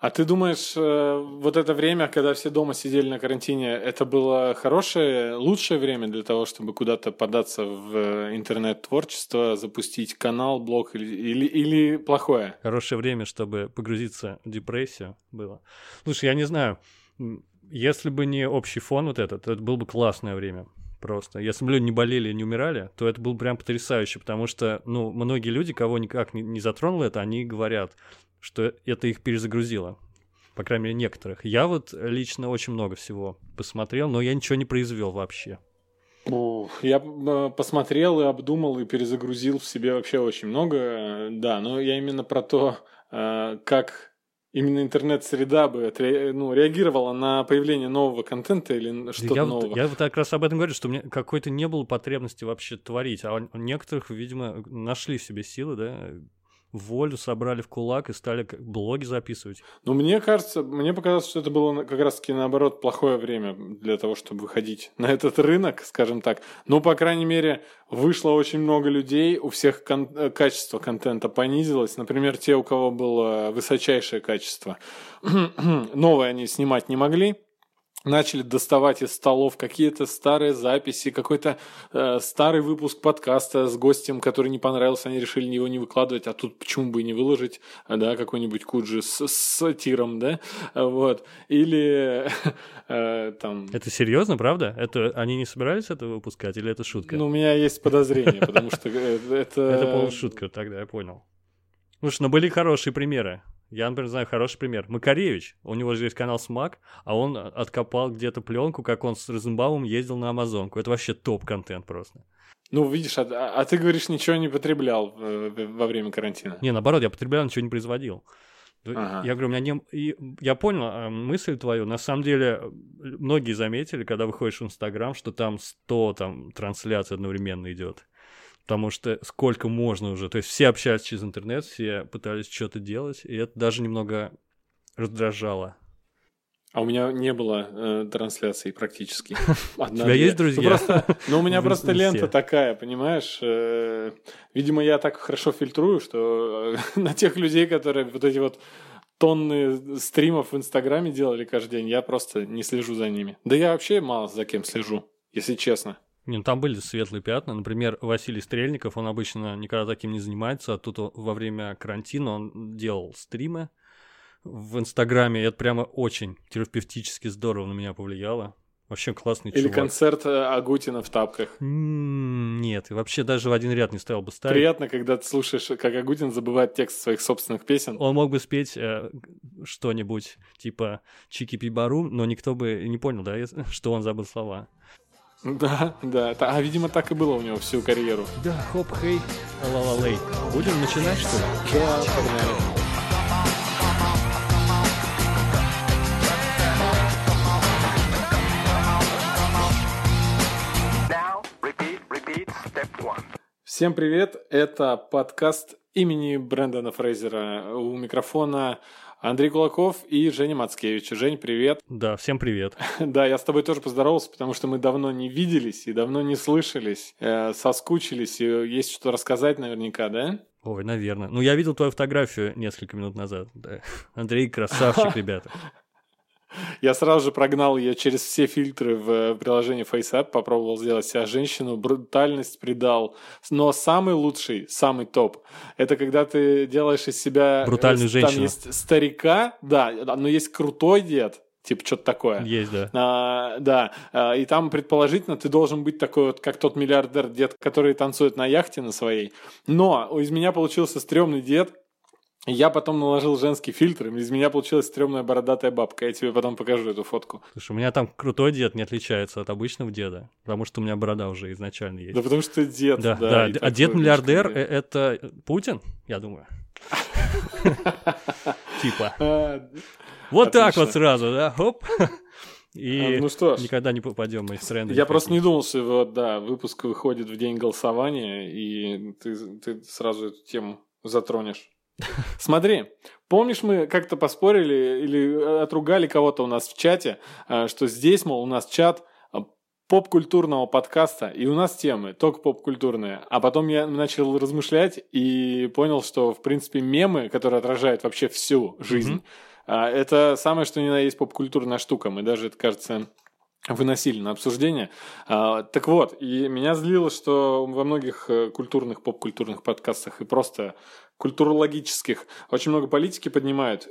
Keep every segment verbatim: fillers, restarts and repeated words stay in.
А ты думаешь, вот это время, когда все дома сидели на карантине, это было хорошее, лучшее время для того, чтобы куда-то податься в интернет-творчество, запустить канал, блог или, или, или плохое? Хорошее время, чтобы погрузиться в депрессию было. Слушай, я не знаю, если бы не общий фон вот этот, это было бы классное время. Просто. Если бы люди не болели и не умирали, то это было прям потрясающе, потому что, ну, многие люди, кого никак не, не затронуло это, они говорят, что это их перезагрузило. По крайней мере, некоторых. Я вот лично очень много всего посмотрел, но я ничего не произвел вообще. Я посмотрел и обдумал, и перезагрузил в себе вообще очень много, да, но я именно про то, как именно интернет-среда бы ну, реагировала на появление нового контента или что-то я нового. Вот, я вот как раз об этом говорю, что у меня какой-то не было потребности вообще творить, а у некоторых, видимо, нашли в себе силы, да, волю собрали в кулак и стали блоги записывать. Ну, мне кажется, мне показалось, что это было как раз-таки наоборот плохое время для того, чтобы выходить на этот рынок, скажем так. Ну, по крайней мере, вышло очень много людей, у всех кон- качество контента понизилось. Например, те, у кого было высочайшее качество, новое они снимать не могли. Начали доставать из столов какие-то старые записи, какой-то э, старый выпуск подкаста с гостем, который не понравился, они решили его не выкладывать, а тут почему бы и не выложить, да, какой-нибудь Куджи с, с сатиром, да, вот, или э, там... Это серьезно, правда? Это они не собирались это выпускать, или это шутка? Ну, у меня есть подозрение, потому что это... Это полушутка, тогда я понял. Слушай, ну были хорошие примеры. Я, например, знаю хороший пример. Макаревич, у него же есть канал СМАК, а он откопал где-то пленку, как он с Розенбаумом ездил на Амазонку. Это вообще топ-контент просто. Ну, видишь, а, а ты говоришь, ничего не потреблял во время карантина? Не, наоборот, я потреблял, ничего не производил. Ага. Я говорю, у меня не... И я понял мысль твою. На самом деле, многие заметили, когда выходишь в Инстаграм, что там сто там, трансляций одновременно идет. Потому что сколько можно уже. То есть все общались через интернет, все пытались что-то делать, и это даже немного раздражало. А у меня не было э, трансляции практически. У тебя есть друзья? Ну, у меня просто лента такая, понимаешь? Видимо, я так хорошо фильтрую, что на тех людей, которые вот эти вот тонны стримов в Инстаграме делали каждый день, я просто не слежу за ними. Да я вообще мало за кем слежу, если честно. Не, ну там были светлые пятна. Например, Василий Стрельников, он обычно никогда таким не занимается, а тут во время карантина он делал стримы в Инстаграме, и это прямо очень терапевтически здорово на меня повлияло. Вообще классный Или чувак. Или концерт Агутина в тапках. М-м- нет, вообще даже в один ряд не стоял бы ставить. Приятно, когда ты слушаешь, как Агутин забывает текст своих собственных песен. Он мог бы спеть э, что-нибудь типа Чики-Пи-Бару, но никто бы не понял, да, что он забыл слова. Да, да. А, видимо, так и было у него всю карьеру. Да, хоп-хей, ла-ла-лей. Будем начинать, что ли? Да, погнали. Всем привет, это подкаст имени Брэндона Фрейзера. У микрофона Андрей Кулаков и Женя Мацкевич. Жень, привет. Да, всем привет. Да, я с тобой тоже поздоровался, потому что мы давно не виделись и давно не слышались, э, соскучились, и есть что рассказать наверняка, да? Ой, наверное. Ну, я видел твою фотографию несколько минут назад. Да. Андрей красавчик, ребята. Я сразу же прогнал ее через все фильтры в приложении FaceApp, попробовал сделать себя женщину, брутальность придал. Но самый лучший, самый топ, это когда ты делаешь из себя... Брутальную там женщину. Есть старика, да, но есть крутой дед, типа что-то такое. Есть, да. А, да, а, и там, предположительно, ты должен быть такой вот, как тот миллиардер дед, который танцует на яхте на своей. Но из меня получился стрёмный дед. Я потом наложил женский фильтр, и из меня получилась стрёмная бородатая бабка. Я тебе потом покажу эту фотку. Слушай, у меня там крутой дед не отличается от обычного деда, потому что у меня борода уже изначально есть. Да потому что ты дед, да. да. да. А дед-миллиардер — это Путин, я думаю. Типа. Вот так вот сразу, да, хоп. И ну что ж, никогда не попадем мы в тренды. Я просто не думал, что вот, да, выпуск выходит в день голосования, и ты, ты сразу эту тему затронешь. Смотри, помнишь, мы как-то поспорили или отругали кого-то у нас в чате, что здесь, мол, у нас чат поп-культурного подкаста, и у нас темы только поп-культурные. А потом я начал размышлять и понял, что, в принципе, мемы, которые отражают вообще всю жизнь, А, это самое, что ни на есть поп-культурная штука. Мы даже, это кажется, выносили на обсуждение. А, так вот, и меня злило, что во многих культурных, поп-культурных подкастах и просто культурологических очень много политики поднимают.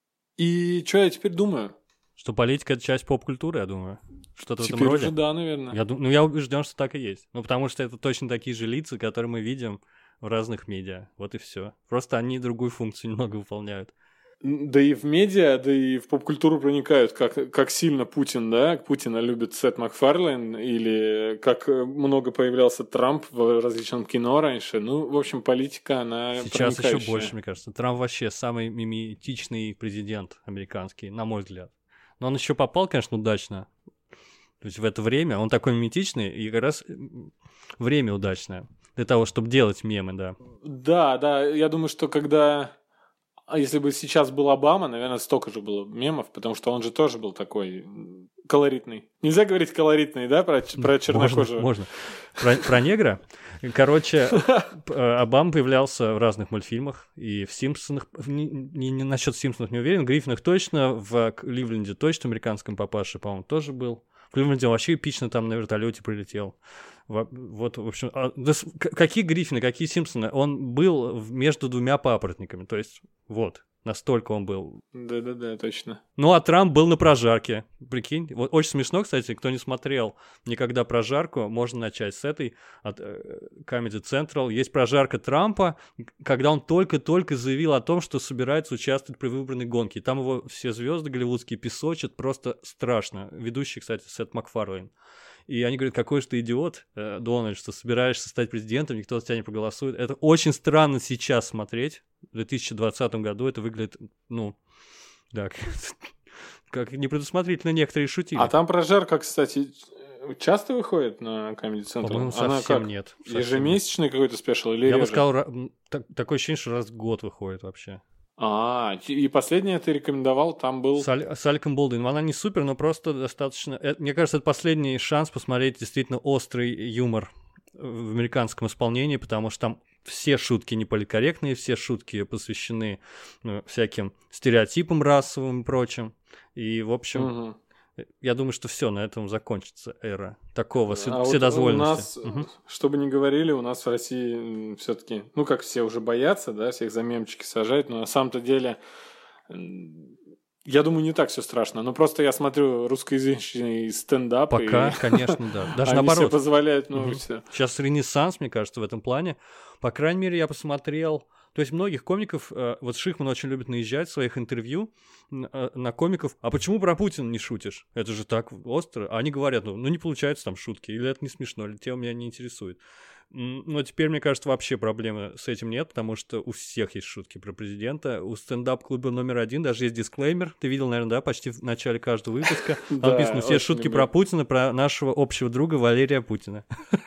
И что я теперь думаю? Что политика — это часть поп-культуры, я думаю. Что-то Теперь в этом роде. уже да, наверное. Я, ну, я убежден, что так и есть. Ну, потому что это точно такие же лица, которые мы видим в разных медиа. Вот и все. Просто они другую функцию немного выполняют. Да и в медиа, да и в поп-культуру проникают, как, как сильно Путин, да, Путина любит Сет Макфарлейн, или как много появлялся Трамп в различном кино раньше. Ну, в общем, политика, она Сейчас проникающая. еще больше, мне кажется. Трамп вообще самый миметичный президент американский, на мой взгляд. Но он еще попал, конечно, удачно. То есть в это время он такой миметичный, и как раз время удачное для того, чтобы делать мемы, да. Да, да, я думаю, что когда... А если бы сейчас был Обама, наверное, столько же было мемов, потому что он же тоже был такой колоритный. Нельзя говорить колоритный, да, про, про чернокожего? Можно, можно. Про, про негра? Короче, Обама появлялся в разных мультфильмах, и в «Симпсонах», не, не, не насчет «Симпсонов» не уверен, в «Гриффинах» точно, в «Кливленде» точно, в «Американском папаше», по-моему, тоже был. В Кливленде он вообще эпично там на вертолете прилетел. Вот, в общем, а, да, какие Гриффины, какие Симпсоны? Он был между двумя папоротниками, то есть вот, настолько он был. Да-да-да, точно. Ну, а Трамп был на прожарке, прикинь. Вот очень смешно, кстати, кто не смотрел никогда прожарку, можно начать с этой, от э, Comedy Central. Есть прожарка Трампа, когда он только-только заявил о том, что собирается участвовать при выборной гонке. И там его все звезды голливудские песочат, просто страшно. Ведущий, кстати, Сет Макфарлейн. И они говорят, какой же ты идиот, э, Дональд, что собираешься стать президентом, никто за тебя не проголосует. Это очень странно сейчас смотреть. В две тысячи двадцатом году это выглядит, ну, да, как непредусмотрительно некоторые шутили. А там прожарка, кстати, часто выходит на Comedy Central? По-моему, Она совсем как? нет. Совсем Ежемесячный нет. Какой-то спешл или Я реже? бы сказал, так, такое ощущение, что раз в год выходит вообще. А, и последнее ты рекомендовал, там был... С, Аль, с Аликом Болдуином. Она не супер, но просто достаточно... Это, мне кажется, это последний шанс посмотреть действительно острый юмор в американском исполнении, потому что там все шутки неполиткорректные, все шутки посвящены ну, всяким стереотипам расовым и прочим. И, в общем... Угу. Я думаю, что все, на этом закончится эра такого а вседозволенности. Вот у нас, угу. Чтобы не говорили, у нас в России все-таки, ну, как все уже боятся, да, всех за мемчики сажать, но на самом-то деле, я думаю, не так все страшно. Но просто я смотрю русскоязычный стендап. Пока, и... конечно, да. Даже они наоборот. Они себе позволяют, ну, угу. все. Сейчас ренессанс, мне кажется, в этом плане. По крайней мере, я посмотрел... То есть многих комиков, вот Шихман очень любит наезжать в своих интервью на комиков. А почему про Путина не шутишь? Это же так остро. А они говорят, ну, ну не получается там шутки, или это не смешно, или тема меня не интересует. Но теперь, мне кажется, вообще проблемы с этим нет, потому что у всех есть шутки про президента. У стендап-клуба номер один даже есть дисклеймер. Ты видел, наверное, да, почти в начале каждого выпуска. Там написано все шутки про Путина, про нашего общего друга Валерия Путина.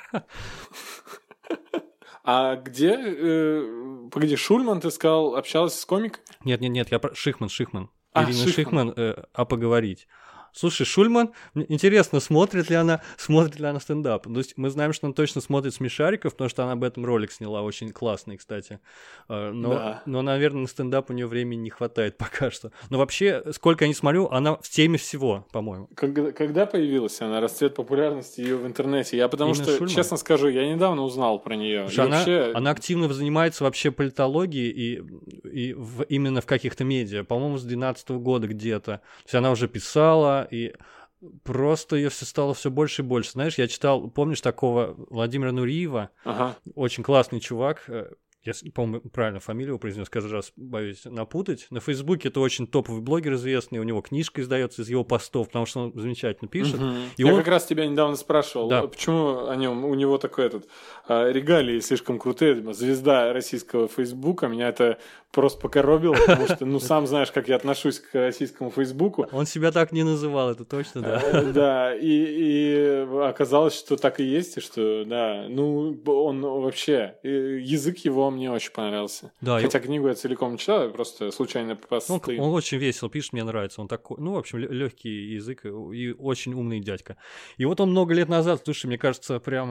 А где, э, погоди, Шульман, ты сказал, общалась с комиком? Нет-нет-нет, я про Шихман, Шихман. А, Ирина Шихман, Шихман, э, а поговорить. Слушай, Шульман, интересно, смотрит ли она, смотрит ли она стендап? То есть мы знаем, что она точно смотрит «Смешариков», потому что она об этом ролик сняла, очень классный, кстати. Но, да. но, наверное, на стендап у нее времени не хватает пока что. Но вообще, сколько я не смотрю, она в теме всего, по-моему. Когда, когда появилась она, расцвет популярности ее в интернете? Я потому Именно что, Шульман? Честно скажу, я недавно узнал про нее. Она, вообще... она активно занимается вообще политологией и, и в, именно в каких-то медиа. По-моему, с две тысячи двенадцатого года где-то. То есть она уже писала и... Просто ее все стало все больше и больше. Знаешь, я читал, помнишь такого Владимира Нуриева? Ага. Очень классный чувак. Я, по-моему, правильно фамилию его произнес, каждый раз боюсь напутать. На Фейсбуке это очень топовый блогер известный, у него книжка издается из его постов, потому что он замечательно пишет. Угу. И Я он... как раз тебя недавно спрашивал, да. почему о нем, у него такой этот регалии слишком крутые, звезда российского Фейсбука, меня это просто покоробило, потому что, ну, сам знаешь, как я отношусь к российскому Фейсбуку. Он себя так не называл, это точно, да. Да, и оказалось, что так и есть, и что, да, ну, он вообще, язык его мне очень понравился. Да, Хотя и... книгу я целиком читал, я просто случайно попался. Он, он очень весело пишет, мне нравится. Он такой, ну, в общем, легкий язык и очень умный дядька. И вот он много лет назад, слушай, мне кажется, прямо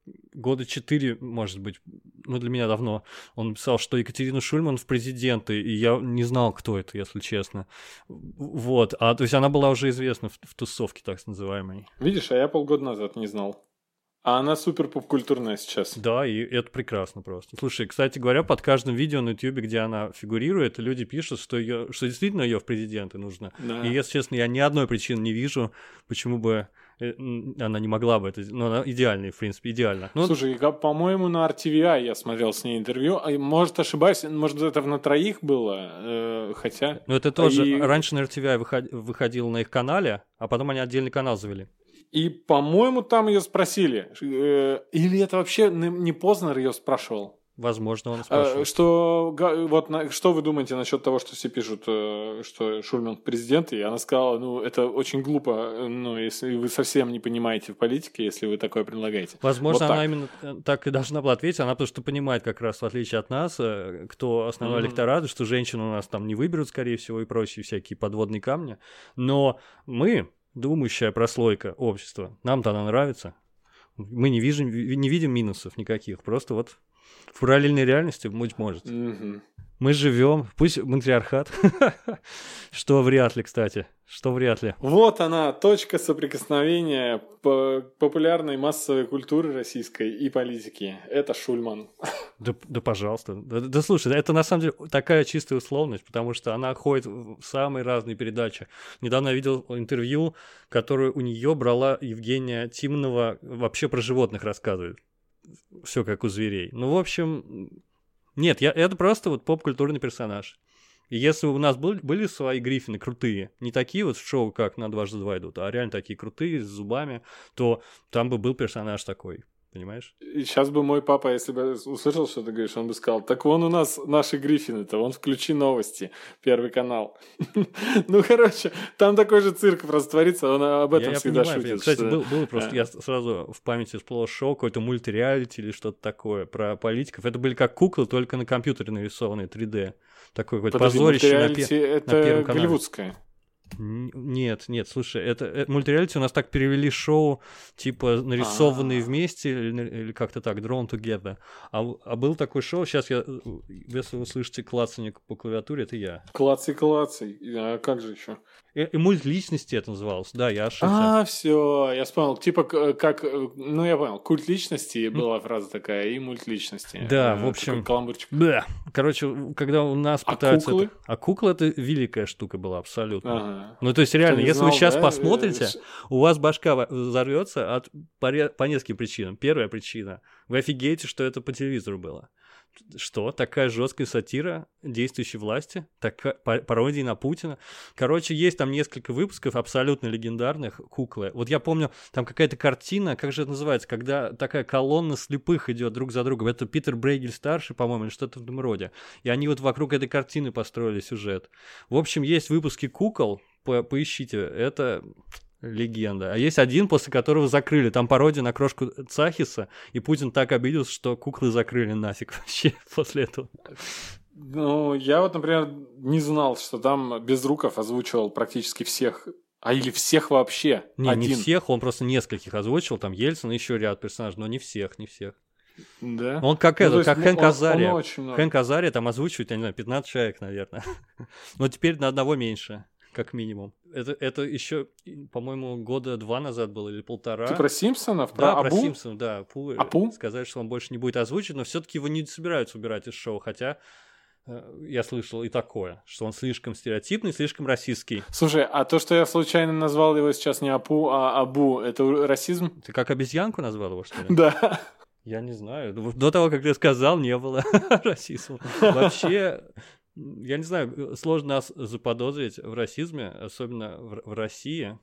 года четыре, может быть, ну, для меня давно, он написал, что Екатерина Шульман в президенты, и я не знал, кто это, если честно. Вот, а то есть она была уже известна в, в тусовке, так называемой. Видишь, а я полгода назад не знал. А она супер попкультурная сейчас. Да, и это прекрасно просто. Слушай, кстати говоря, под каждым видео на Ютьюбе, где она фигурирует, люди пишут, что, её, что действительно ее в президенты нужно. Да. И, если честно, я ни одной причины не вижу, почему бы она не могла бы это... Ну, она идеальная, в принципе, идеально. Ну, слушай, по-моему, на ар ти ви ай я смотрел с ней интервью. Может, ошибаюсь, может, это на троих было, э, хотя... Ну, это тоже... И... Раньше на ар ти ви ай выход... выходил на их канале, а потом они отдельный канал завели. И, по-моему, там ее спросили. Э, или это вообще не Познер ее спрашивал? Возможно, он спрашивал. Э, что, вот, что вы думаете насчет того, что все пишут, э, что Шульман президент? И она сказала, ну, это очень глупо, ну, если вы совсем не понимаете в политике, если вы такое предлагаете. Возможно, вот она именно так и должна была ответить. Она потому что понимает как раз, в отличие от нас, кто основной mm-hmm. электорат, что женщин у нас там не выберут, скорее всего, и прочие всякие подводные камни. Но мы... думающая прослойка общества. Нам-то она нравится. Мы не видим, не видим минусов никаких. Просто вот в параллельной реальности, быть может. Mm-hmm. Мы живем, пусть матриархат, что вряд ли, кстати, что вряд ли. Вот она, точка соприкосновения популярной массовой культуры российской и политики. Это Шульман. Да, да пожалуйста. Да, да слушай, это на самом деле такая чистая условность, потому что она ходит в самые разные передачи. Недавно я видел интервью, которое у нее брала Евгения Тимонова, вообще про животных рассказывает. Все как у зверей. Ну, в общем... Нет, я, это просто вот поп-культурный персонаж. И если у нас был, были свои Гриффины крутые, не такие вот в шоу, как на дважды два идут, а реально такие крутые, с зубами, то там бы был персонаж такой. Понимаешь? И сейчас бы мой папа, если бы услышал, что ты говоришь, он бы сказал, так вон у нас наши Гриффины-то, вон включи новости, Первый канал. Ну, короче, там такой же цирк просто творится, он об этом всегда шутит. Кстати, было просто, я сразу в памяти всплыло шоу, какое-то мультиреалити или что-то такое про политиков. Это были как куклы, только на компьютере нарисованные, три дэ. Такое какое-то позорище на Первом канале. Это голливудское. Нет, нет, слушай, это, это мультиреалити у нас так перевели шоу, типа нарисованные А-а-а. вместе, или, или как-то так, Drawn Together. А, а был такой шоу, сейчас я, если вы слышите клацанье по клавиатуре, это я. Клацай-клацай, а как же еще? И, и мульт личности это называлось, да, я ошибся. А, все, я вспомнил, типа как, ну я понял, культ личности была фраза такая, и мульт личности. Да, в общем. Каламбурчик. Да, короче, когда у нас пытаются... А куклы? Это... А куклы это великая штука была, абсолютно. Ага. Ну, то есть, реально, если знал, вы сейчас да? посмотрите, Ш... у вас башка взорвется от... по, по нескольким причинам. Первая причина. Вы офигеете, что это по телевизору было. Что? Такая жесткая сатира действующей власти, такая пародия на Путина. Короче, есть там несколько выпусков абсолютно легендарных куклы. Вот я помню, там какая-то картина, как же это называется, когда такая колонна слепых идет друг за другом. Это Питер Брейгель старший, по-моему, или что-то в этом роде. И они вот вокруг этой картины построили сюжет. В общем, есть выпуски кукол, по- поищите, это... легенда. А есть один, после которого закрыли. Там пародия на крошку Цахиса, и Путин так обиделся, что куклы закрыли нафиг вообще после этого. Ну, я вот, например, не знал, что там Безруков озвучивал практически всех. А или всех вообще? Не, один. не всех, он просто нескольких озвучил. Там Ельцин и еще ряд персонажей, но не всех, не всех. Да? Он как ну, это, как он, Хэнк Азария. Он, он Хэнк Азария там озвучивает, я не знаю, пятнадцать человек, наверное. Но теперь на одного меньше. Как минимум. Это, это еще, по-моему, года два назад было или полтора. Ты про Симпсонов? Про да, Абу? про Симпсонов, да. Апу, Апу? Сказали, что он больше не будет озвучен, но все-таки его не собираются убирать из шоу, хотя э, я слышал и такое, что он слишком стереотипный, слишком расистский. Слушай, а то, что я случайно назвал его сейчас не Апу, а Абу, это расизм? Ты как обезьянку назвал его, что ли? Да. Я не знаю. До того, как ты сказал, не было расизма. Вообще... Я не знаю, сложно нас заподозрить в расизме, особенно в, в России.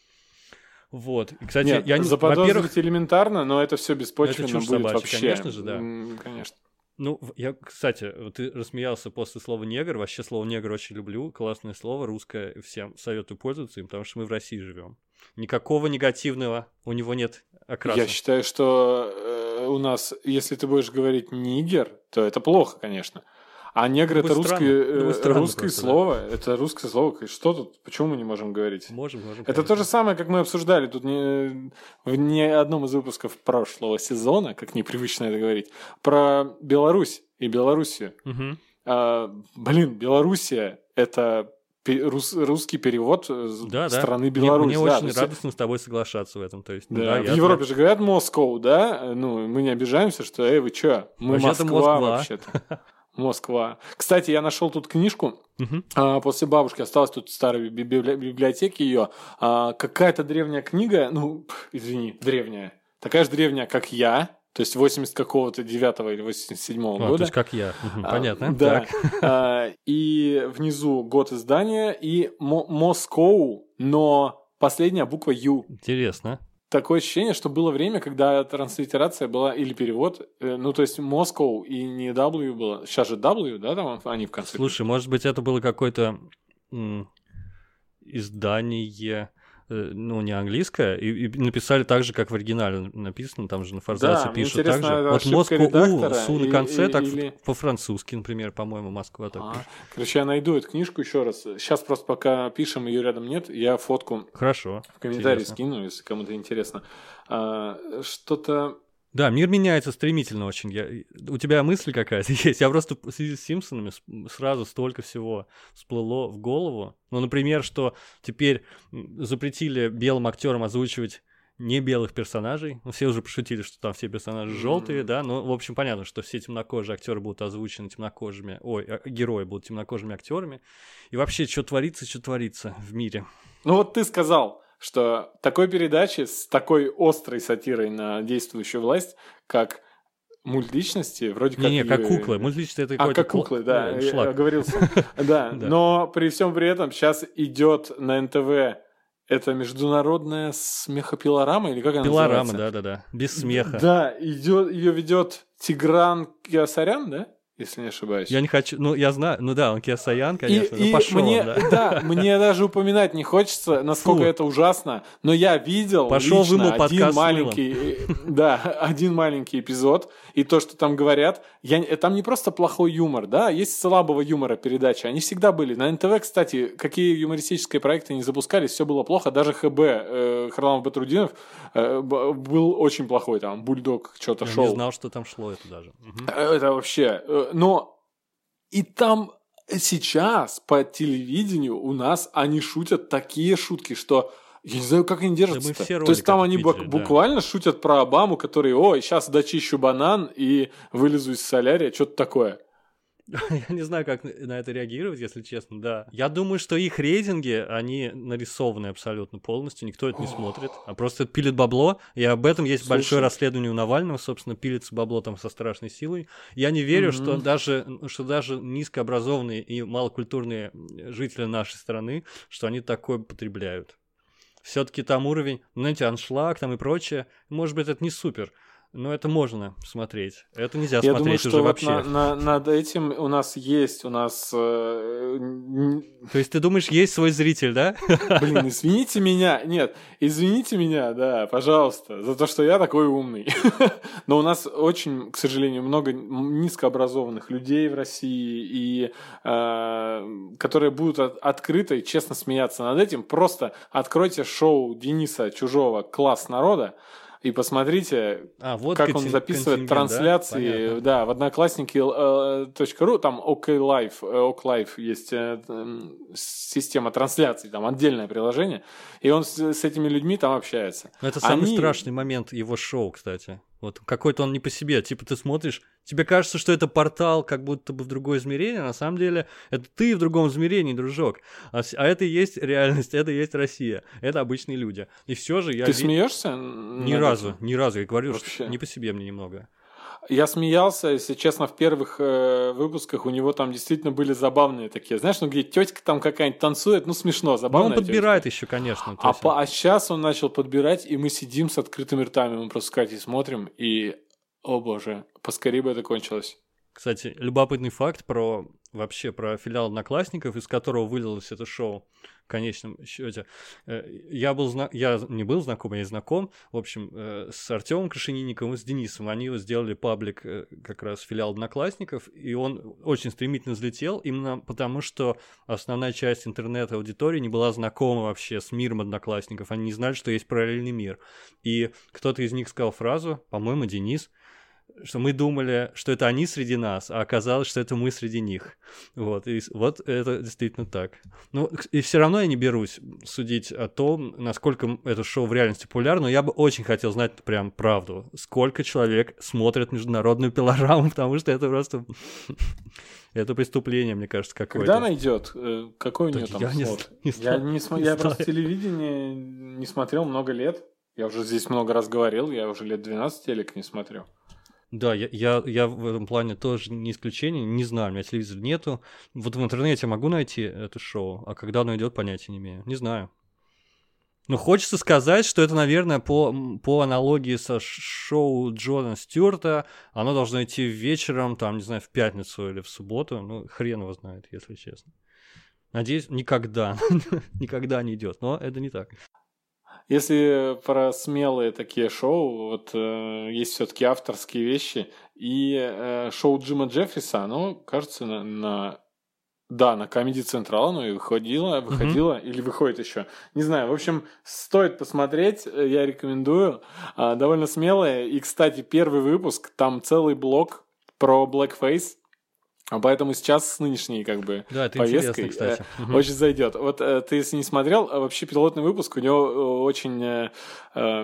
Вот. И, кстати, Нет, я не заподозрить во-первых, элементарно, но это все беспочвенно будет собачья, вообще. Конечно же, да. Конечно. Ну, я, кстати, ты рассмеялся после слова «негр». Вообще слово «негр» очень люблю. Классное слово, русское. Всем советую пользоваться им, потому что мы в России живем. Никакого негативного у него нет окраса. Я считаю, что э, у нас, если ты будешь говорить «нигер», то это плохо, конечно. А негр это русское, странно, русское просто, слово. Да. Это русское слово. Что тут? Почему мы не можем говорить? Можем, можем. Это конечно. То же самое, как мы обсуждали тут не, в ни одном из выпусков прошлого сезона, как непривычно это говорить, про Беларусь и Белоруссию. Угу. А, блин, Белоруссия это рус, русский перевод да, страны да. Беларусь. Мне, мне да, очень есть... радостно с тобой соглашаться в этом. То есть, да. Да, в я Европе я... же говорят Москва, да? Ну, мы не обижаемся, что эй, вы чё? Мы вообще-то Москва, Москва. вообще-то. Москва. Кстати, я нашел тут книжку. Uh-huh. А, после бабушки осталась тут в старой библиотеке ее. А, какая-то древняя книга, ну, извини, древняя. Такая же древняя, как я. То есть восемьдесят какого-то девятого или восемьдесят седьмого а, года. То есть как я. А, понятно. Да. А, и внизу год издания и Москоу, но последняя буква Ю. Интересно. Такое ощущение, что было время, когда транслитерация была или перевод, э, ну то есть Moscow и не W было. Сейчас же W, да, там они в конце. Слушай, пишут. Может быть, это было какое-то м- издание, э, ну не английское, и, и написали так же, как в оригинале написано, там же на форзаце да, пишут так же. Вот Москву, Су на конце, и, так или... по-французски, например, по-моему, Москва так а, пишет. Короче, я найду эту книжку еще раз. Сейчас просто пока пишем, ее рядом нет, я фотку Хорошо, в комментарии интересно. скину, если кому-то интересно. А, что-то... Да, мир меняется стремительно очень. Я... У тебя мысль какая-то есть? Я просто в связи с Симпсонами сразу столько всего всплыло в голову. Ну, например, что теперь запретили белым актерам озвучивать не белых персонажей. Ну, все уже пошутили, что там все персонажи желтые, да. Ну, в общем, понятно, что все темнокожие актеры будут озвучены темнокожими... Ой, герои будут темнокожими актерами. И вообще, что творится, что творится в мире. Ну, вот ты сказал... что такой передачи с такой острой сатирой на действующую власть, как мультличности, вроде как... Не-не, как куклы. Мультличности — это какой-то... А, как куклы, да, шлак. Я оговорился. Да, но при всем при этом сейчас идет на эн тэ вэ это международная смехопилорама, или как она Пилорама, называется? да-да-да, без смеха. Да, идет, ее ведет Тигран Кеосарян, да? Если не ошибаюсь. Я не хочу, ну я знаю, ну да, он Кеосаян, конечно, и, ну и пошел мне, он, да. да, мне даже упоминать не хочется, насколько Фу. Это ужасно, но я видел пошел лично вымыл один маленький, да, один маленький эпизод, и то, что там говорят, я, там не просто плохой юмор, да, есть слабого юмора передачи, они всегда были. На эн тэ вэ, кстати, какие юмористические проекты не запускались, все было плохо, даже ха бэ, э, Харламов Батрудинов, э, был очень плохой, там, Бульдог что-то я шел. Я не знал, что там шло это даже. Угу. Это вообще... Но и там сейчас по телевидению у нас они шутят такие шутки, что я не знаю, как они держатся. Да то есть там они видели, буквально да. шутят про Обаму, который, ой, сейчас дочищу банан и вылезу из солярия, что-то такое. Я не знаю, как на это реагировать, если честно, да. Я думаю, что их рейтинги, они нарисованы абсолютно полностью, никто это не смотрит, а просто пилит бабло, и об этом есть Слушай. большое расследование у Навального, собственно, пилится бабло там со страшной силой. Я не верю, mm-hmm. что, даже, что даже низкообразованные и малокультурные жители нашей страны, что они такое потребляют. Все-таки там уровень, знаете, аншлаг там и прочее, может быть, это не супер. Но это можно смотреть. Это нельзя Я смотреть думаю, уже что вообще. Вот на, на, над этим у нас есть, у нас... Э, То есть ты думаешь, есть свой зритель, да? Блин, извините меня. Нет, извините меня, да, пожалуйста, за то, что я такой умный. Но у нас очень, к сожалению, много низкообразованных людей в России, и, э, которые будут от, открыто и честно смеяться над этим. Просто откройте шоу Дениса Чужого «Класс народа», и посмотрите, а, вот как он записывает трансляции, да, да, в одноклассники точка ру, там OkLive, OkLive есть э, система трансляций, там отдельное приложение, и он с, с этими людьми там общается. Это самый Они... страшный момент его шоу, кстати. Вот какой-то он не по себе. Типа ты смотришь, тебе кажется, что это портал как будто бы в другое измерение, а на самом деле это ты в другом измерении, дружок. А, а это и есть реальность, это и есть Россия. Это обычные люди. И все же я... Ты ви... смеешься? Ни разу, этим? ни разу. Я говорю, Вообще. что не по себе мне немного. Я смеялся, если честно, в первых э, выпусках у него там действительно были забавные такие. Знаешь, ну где тетка там какая-нибудь танцует, ну смешно, забавно. Но он подбирает тетка. Еще, конечно. А, по, а сейчас он начал подбирать, и мы сидим с открытыми ртами, мы просто с Катей смотрим, и, о боже, поскорее бы это кончилось. Кстати, любопытный факт про вообще про филиал Одноклассников, из которого вылилось это шоу. в конечном счете. Я, был зна... я не был знаком, я знаком, в общем, с Артемом Крашенинниковым и с Денисом. Они сделали паблик, как раз филиал Одноклассников, и он очень стремительно взлетел, именно потому, что основная часть интернет-аудитории не была знакома вообще с миром Одноклассников. Они не знали, что есть параллельный мир. И кто-то из них сказал фразу, по-моему, Денис, что мы думали, что это они среди нас, а оказалось, что это мы среди них. Вот, и вот это действительно так. Ну, и все равно я не берусь судить о том, насколько это шоу в реальности популярно, но я бы очень хотел знать прям правду. Сколько человек смотрят международную пилораму, потому что это просто... Это преступление, мне кажется, какое-то. Когда она идет? Какой у нее там я слот? Не, не я не см... не я просто телевидение не смотрел много лет. Я уже здесь много раз говорил, я уже лет двенадцать телек не смотрю. Да, я, я, я в этом плане тоже не исключение, не знаю, у меня телевизора нету. Вот в интернете могу найти это шоу, а когда оно идет, понятия не имею. Не знаю. Ну, хочется сказать, что это, наверное, по, по аналогии со шоу Джона Стюарта, оно должно идти вечером, там, не знаю, в пятницу или в субботу. Ну, хрен его знает, если честно. Надеюсь, никогда, никогда не идет, но это не так. Если про смелые такие шоу, вот э, есть все-таки авторские вещи, и э, шоу Джима Джеффриса, оно, кажется, на, на да, на Comedy Central оно и выходило, выходило, mm-hmm. или выходит еще, не знаю. В общем, стоит посмотреть, я рекомендую, э, довольно смелые. И, кстати, первый выпуск, там целый блок про blackface. А поэтому сейчас с нынешней как бы да, это повесткой кстати. Э, угу. очень зайдет. Вот э, ты, если не смотрел, вообще пилотный выпуск у него очень, э, э,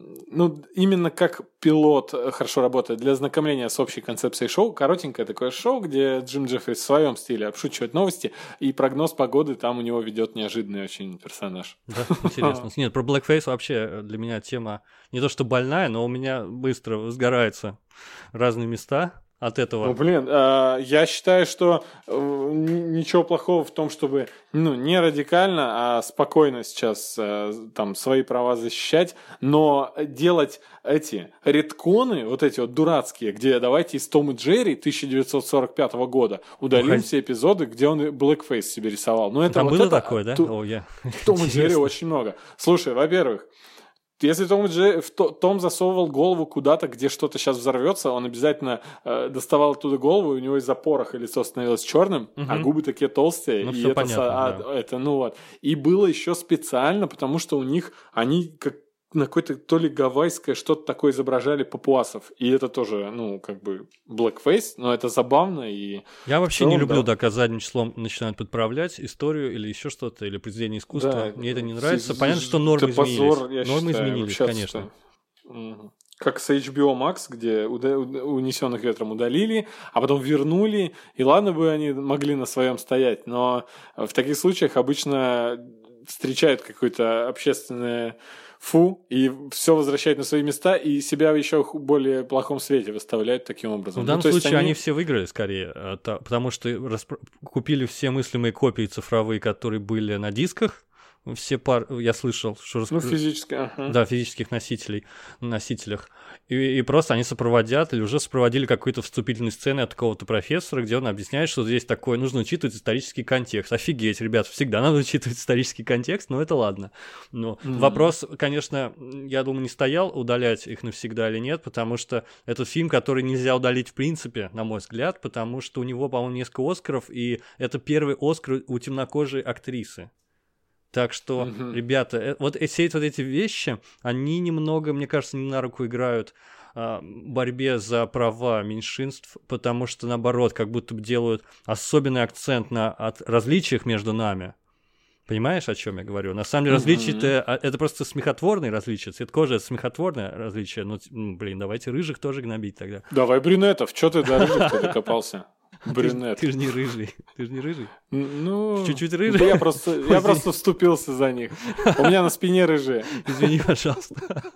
ну, именно как пилот хорошо работает для ознакомления с общей концепцией шоу. Коротенькое такое шоу, где Джим Джеффрис в своем стиле обшучивает новости, и прогноз погоды там у него ведет неожиданный очень персонаж. Да, интересно. Нет, про blackface вообще для меня тема не то что больная, но у меня быстро сгораются разные места от этого. Ну, блин, э, я считаю, что э, ничего плохого в том, чтобы, ну, не радикально, а спокойно сейчас э, там свои права защищать, но делать эти редконы, вот эти вот дурацкие, где давайте из Том и Джерри тысяча девятьсот сорок пятого года удалим Уходи. все эпизоды, где он blackface себе рисовал. Ну, это там вот было это, такое, да? Ту... О, я... Том и Джерри очень много. Слушай, во-первых, если Том, Дже... Том засовывал голову куда-то, где что-то сейчас взорвется, он обязательно э, доставал оттуда голову, и у него из-за пороха лицо становилось черным, угу. а губы такие толстые. Ну, и все это, понятно, а, да. это, ну вот. И было еще специально, потому что у них, они как на какое-то то ли гавайское что-то такое изображали папуасов. И это тоже, ну, как бы blackface, но это забавно. И я вообще целом, не люблю, да, да, когда задним числом начинают подправлять историю или еще что-то, или произведение искусства. Да, мне это не нравится. с- Понятно, что нормы это изменились. позор, я нормы считаю, изменились, вообще конечно. отстой. Мгм. Как с эйч би о Max, где уда- уда- «Унесенных ветром» удалили, а потом вернули. И ладно бы они могли на своем стоять, но в таких случаях обычно встречают какое-то общественное фу, и все возвращают на свои места, и себя в еще ху- более плохом свете выставляют таким образом. В данном Ну, то есть случае они... они- все выиграли скорее, а, та- потому что распро- купили все мыслимые копии цифровые, которые были на дисках. Все пар... Я слышал, что... Ну, расп- физически, ага. Да, физических носителей, носителях. И, и просто они сопроводят, или уже сопроводили какой-то вступительной сцены от какого-то профессора, где он объясняет, что здесь такое, нужно учитывать исторический контекст. Офигеть, ребят, всегда надо учитывать исторический контекст, но это ладно. Но Мгм. вопрос, конечно, я думаю, не стоял, удалять их навсегда или нет, потому что это фильм, который нельзя удалить в принципе, на мой взгляд, потому что у него, по-моему, несколько Оскаров, и это первый Оскар у темнокожей актрисы. Так что, Мгм. ребята, э, вот э- все эти, вот эти вещи, они немного, мне кажется, не на руку играют а, борьбе за права меньшинств, потому что, наоборот, как будто бы делают особенный акцент на от различиях между нами. Понимаешь, о чем я говорю? На самом деле, Мгм. различия-то, а, это просто смехотворные различия. Цвет кожи — это смехотворное различие. Ну, т- м, блин, давайте рыжих тоже гнобить тогда. Давай брюнетов, что ты до рыжих докопался? Брюнет. Ты же не рыжий. Ты же не рыжий. Н- Ну, Чуть-чуть да рыжий. Я просто, я просто вступился за них. У меня на спине рыжие. Извини, пожалуйста.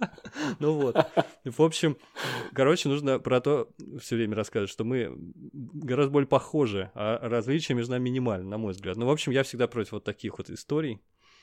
Ну вот. В общем, короче, нужно про то все время рассказывать, что мы гораздо более похожи, а различия между нами минимальны, на мой взгляд. Ну, в общем, я всегда против вот таких вот историй.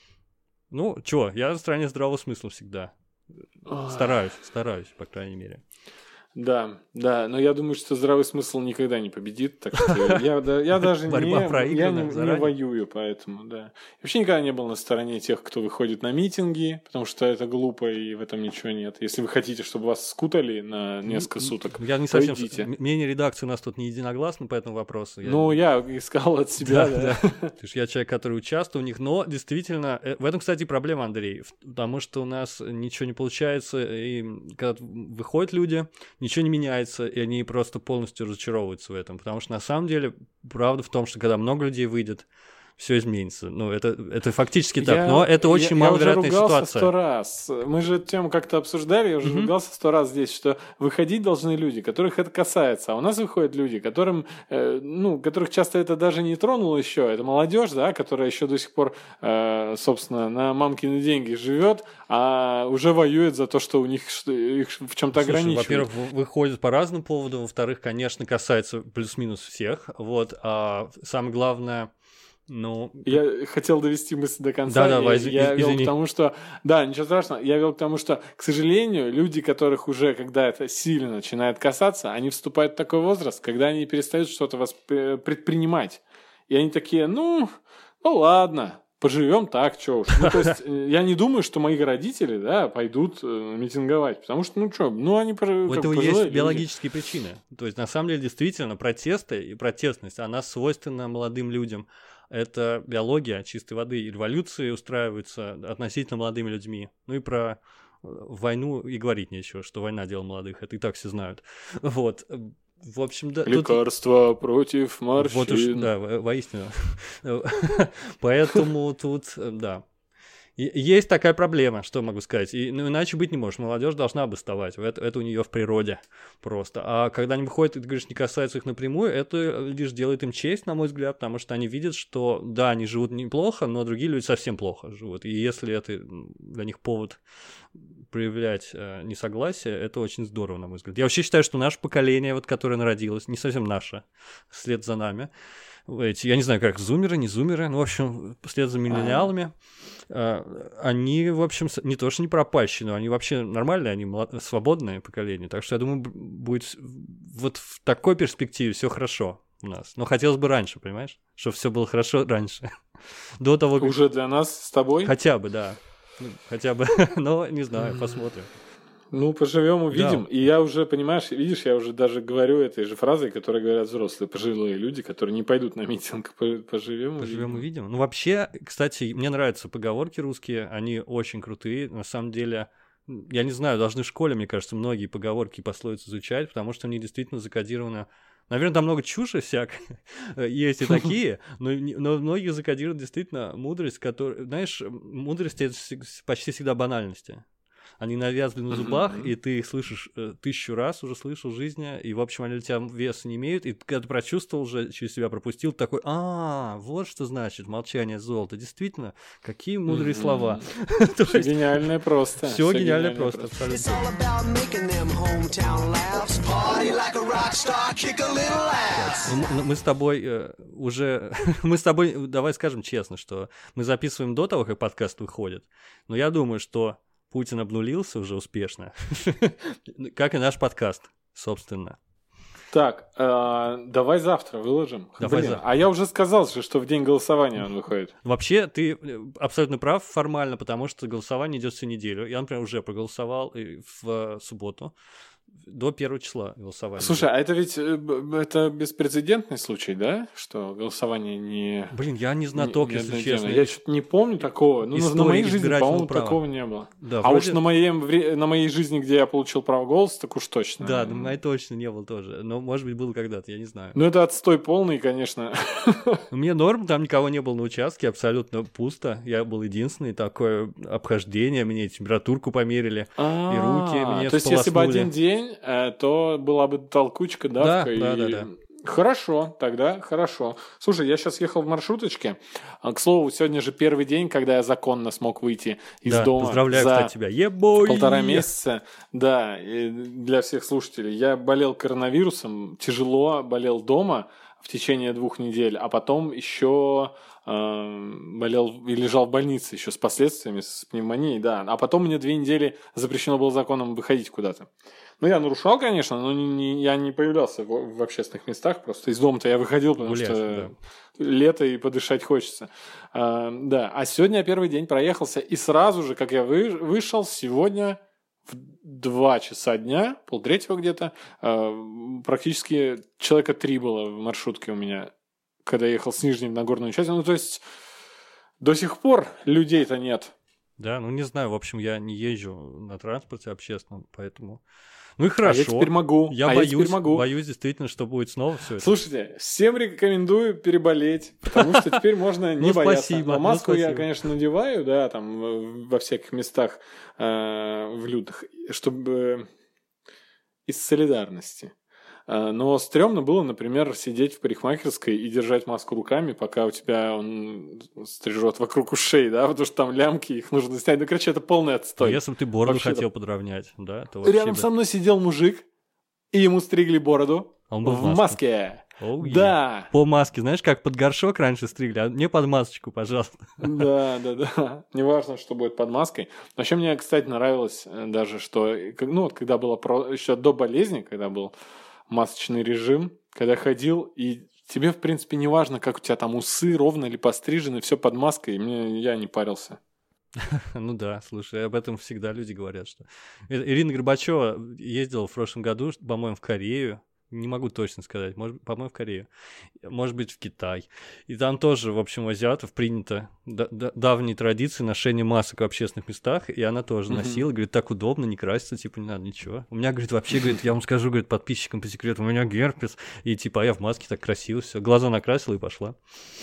Ну, чё, я на стороне здравого смысла всегда. Стараюсь, стараюсь, по крайней мере. Да, да, но я думаю, что здравый смысл никогда не победит, так что я, да, я даже не, я не, не воюю, поэтому, да. Я вообще никогда не был на стороне тех, кто выходит на митинги, потому что это глупо и в этом ничего нет. Если вы хотите, чтобы вас скутали на несколько суток, я не совсем... Мнение редакции у нас тут не единогласно по этому вопросу. Ну, я, я искал от себя, да. да. да. Я человек, который участвует в них, но действительно, в этом, кстати, проблема, Андрей, потому что у нас ничего не получается, и когда выходят люди, ничего не меняется, и они просто полностью разочаровываются в этом. Потому что на самом деле правда в том, что когда много людей выйдет, все изменится. Ну, это, это фактически так, я, но это очень я, маловероятная ситуация. Я уже ругался сто раз. Мы же эту тему как-то обсуждали, я уже mm-hmm. ругался сто раз здесь, что выходить должны люди, которых это касается. А у нас выходят люди, которым, э, ну, которых часто это даже не тронуло еще. Это молодежь, да, которая еще до сих пор, э, собственно, на мамкины деньги живет, а уже воюет за то, что у них что, их в чем-то ограничивают. Во-первых, выходят по разным поводам, во-вторых, конечно, касается плюс-минус всех. Вот, а самое главное... Ну, я хотел довести мысль до конца. Да, да, я, из, я извини. вел к тому, что... Да, ничего страшного. Я вел к тому, что, к сожалению, люди, которых уже, когда это сильно начинает касаться, они вступают в такой возраст, когда они перестают что-то восп- предпринимать. И они такие, ну, ну ладно, поживем так, что уж. Ну, то есть, я не думаю, что мои родители, да, пойдут митинговать, потому что, ну, что, ну, они... У этого есть биологические причины. То есть, на самом деле, действительно, протесты и протестность, она свойственна молодым людям. Это биология чистой воды. И революции устраиваются относительно молодыми людьми. Ну и про войну и говорить нечего, что война дело молодых. Это и так все знают. Вот. В общем, да. Лекарства тут... против морщин. Вот уж, да, воистину. Поэтому тут, да. Есть такая проблема, что могу сказать. И, ну, иначе быть не может. Молодежь должна бастовать. Это, это у нее в природе просто. А когда они выходят, и ты говоришь, не касается их напрямую, это лишь делает им честь, на мой взгляд, потому что они видят, что да, они живут неплохо, но другие люди совсем плохо живут. И если это для них повод проявлять э, несогласие, это очень здорово, на мой взгляд. Я вообще считаю, что наше поколение, вот, которое народилось, не совсем наше, вслед за нами, эти, я не знаю, как зумеры, не зумеры, ну, в общем, вслед за миллениалами, э, они, в общем, не то что не пропащие, но они вообще нормальные, они молод... свободное поколение. Так что, я думаю, будет вот в такой перспективе все хорошо у нас. Но хотелось бы раньше, понимаешь? Чтобы все было хорошо раньше. До того, как... Уже для нас с тобой? Хотя бы, да. Ну, хотя бы, но не знаю, посмотрим. Ну, поживем, увидим. Да. И я уже, понимаешь, видишь, я уже даже говорю этой же фразой, которую говорят взрослые, пожилые люди, которые не пойдут на митинг. Поживем, поживем, увидим. Ну, вообще, кстати, мне нравятся поговорки русские, они очень крутые. На самом деле, я не знаю, должны в школе, мне кажется, многие поговорки и пословицы изучать, потому что они действительно закодированы. Наверное, там много чуши всякой, есть и такие, но, но многие закодируют действительно мудрость, которая, знаешь, мудрость — это почти всегда банальности. Они навязаны на зубах, и ты их слышишь э, тысячу раз, уже слышал в жизни, и, в общем, они у тебя веса не имеют, и когда ты прочувствовал уже, через себя пропустил, такой, а, вот что значит молчание золота. Действительно, какие мудрые слова. Все гениальное просто. Все гениальное просто, абсолютно. Мы с тобой э, уже, мы с тобой, давай скажем честно, что мы записываем до того, как подкаст выходит, но я думаю, что Путин обнулился уже успешно, как и наш подкаст, собственно. Так, э, давай завтра выложим. Давай Блин, завтра. А я уже сказал же, что в день голосования он выходит. Вообще, ты абсолютно прав формально, потому что голосование идет всю неделю. Я, например, уже проголосовал в субботу. До первого числа голосования. Слушай, а это ведь это беспрецедентный случай, да? Что голосование не... Блин, я не знаток, не, если честно. Я что-то не помню такого. Ну, на моей жизни, по-моему, права. Такого не было. Да, а вроде... уж на, моем, на моей жизни, где я получил право голоса, так уж точно. Да, на моей точно не было тоже. Но, может быть, было когда-то, я не знаю. Ну, это отстой полный, конечно. Мне норм, там никого не было на участке, абсолютно пусто. Я был единственный, такое обхождение, мне температурку померили, и руки мне То есть, если бы один день, то была бы толкучка, давка. Да, и... да, да, да. Хорошо, тогда хорошо. Слушай, я сейчас ехал в маршруточке. К слову, сегодня же первый день, когда я законно смог выйти из да, дома. Поздравляю, за кстати, тебя. Ебой! Полтора месяца. Да, для всех слушателей. Я болел коронавирусом, тяжело болел дома в течение двух недель, а потом еще э, болел и лежал в больнице еще с последствиями, с пневмонией, да. А потом мне две недели запрещено было законом выходить куда-то. Ну, я нарушал, конечно, но не, не, я не появлялся в, в общественных местах. Просто из дома-то я выходил, потому Гуляешь, что да. лето и подышать хочется. А, да, а сегодня я первый день проехался, и сразу же, как я вы, вышел, сегодня в два часа дня, полтретьего где-то, а, практически человека три было в маршрутке у меня, когда я ехал с Нижним на горную часть. Ну, то есть до сих пор людей-то нет. Да, ну не знаю, в общем, я не езжу на транспорте общественном, поэтому... Ну и хорошо. А я теперь могу. Я а боюсь, я теперь могу. боюсь действительно, что будет снова все это. Слушайте, всем рекомендую переболеть, потому что теперь можно не бояться. Спасибо. Но маску я, конечно, надеваю, да, там во всяких местах в людях, чтобы из солидарности. Но стрёмно было, например, сидеть в парикмахерской и держать маску руками, пока у тебя он стрижет вокруг ушей, да, потому что там лямки, их нужно снять. Ну, короче, это полный отстой. Но если бы ты бороду Вообще-то... хотел подровнять, да, то Рядом бы... со мной сидел мужик, и ему стригли бороду Он был в маске. маске. Oh, yeah. Да. По маске, знаешь, как под горшок раньше стригли, а мне под масочку, пожалуйста. Да, да, да. Неважно, что будет под маской. Вообще мне, кстати, нравилось даже, что, ну, вот когда было про... еще до болезни, когда был масочный режим, когда ходил, и тебе, в принципе, не важно, как у тебя там усы, ровно или пострижены, все под маской, и мне, я не парился. Ну да, слушай, об этом всегда люди говорят, что... Ирина Горбачева ездила в прошлом году, по-моему, в Корею, не могу точно сказать, может, по-моему, в Корею, может быть, в Китай. И там тоже, в общем, у азиатов принято да- да- давние традиции ношения масок в общественных местах, и она тоже mm-hmm. носила, говорит, так удобно, не краситься, типа, не надо ничего. У меня, говорит, вообще, говорит, я вам скажу, говорит, подписчикам по секрету, у меня герпес, и типа, а я в маске так красиво, все, глаза накрасила и пошла.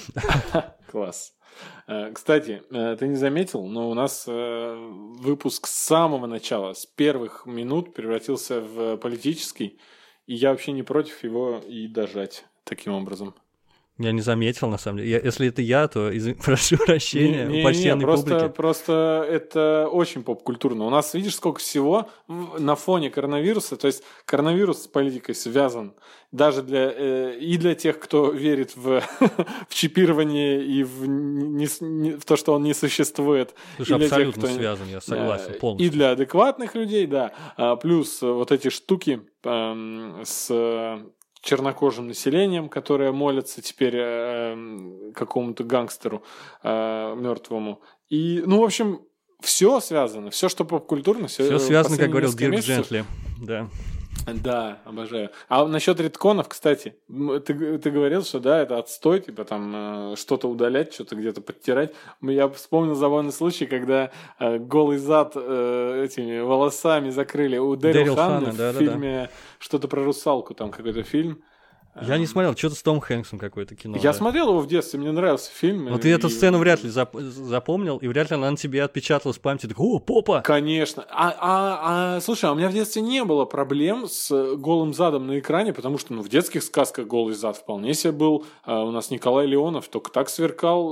Класс. Кстати, ты не заметил, но у нас выпуск с самого начала, с первых минут превратился в политический, и я вообще не против его и дожать таким образом. Я не заметил, на самом деле. Я, если это я, то из... прошу прощения не, не, у почтенной не, просто, публики. Просто это очень поп-культурно. У нас, видишь, сколько всего на фоне коронавируса. То есть коронавирус с политикой связан даже для, э, и для тех, кто верит в, в чипирование и в, не, не, в то, что он не существует. Слушай, и для абсолютно тех, кто, связан, я согласен, э, полностью. И для адекватных людей, да. А, плюс вот эти штуки э, с... чернокожим населением, которое молится теперь э, какому-то гангстеру э, мертвому. И, ну, в общем, все связано, все, что поп-культурно, все, все связано, как говорил Дирк Джентли. Да. Да, обожаю. А насчет редконов, кстати, ты, ты говорил, что да, это отстой, типа там э, что-то удалять, что-то где-то подтирать. Я вспомнил забавный случай, когда э, голый зад э, этими волосами закрыли у Дэрил Ханна в да, фильме да, да. что-то про русалку, там какой-то фильм. Я не смотрел, что-то с Томом Хэнксом какое-то кино. Я да. смотрел его в детстве, мне нравился фильм. Но ты и... эту сцену вряд ли зап- запомнил, и вряд ли она на тебе отпечаталась в памяти. Так, о, попа! Конечно. А, а, а, слушай, а у меня в детстве не было проблем с голым задом на экране, потому что ну, в детских сказках голый зад вполне себе был. А у нас Николай Леонов только так сверкал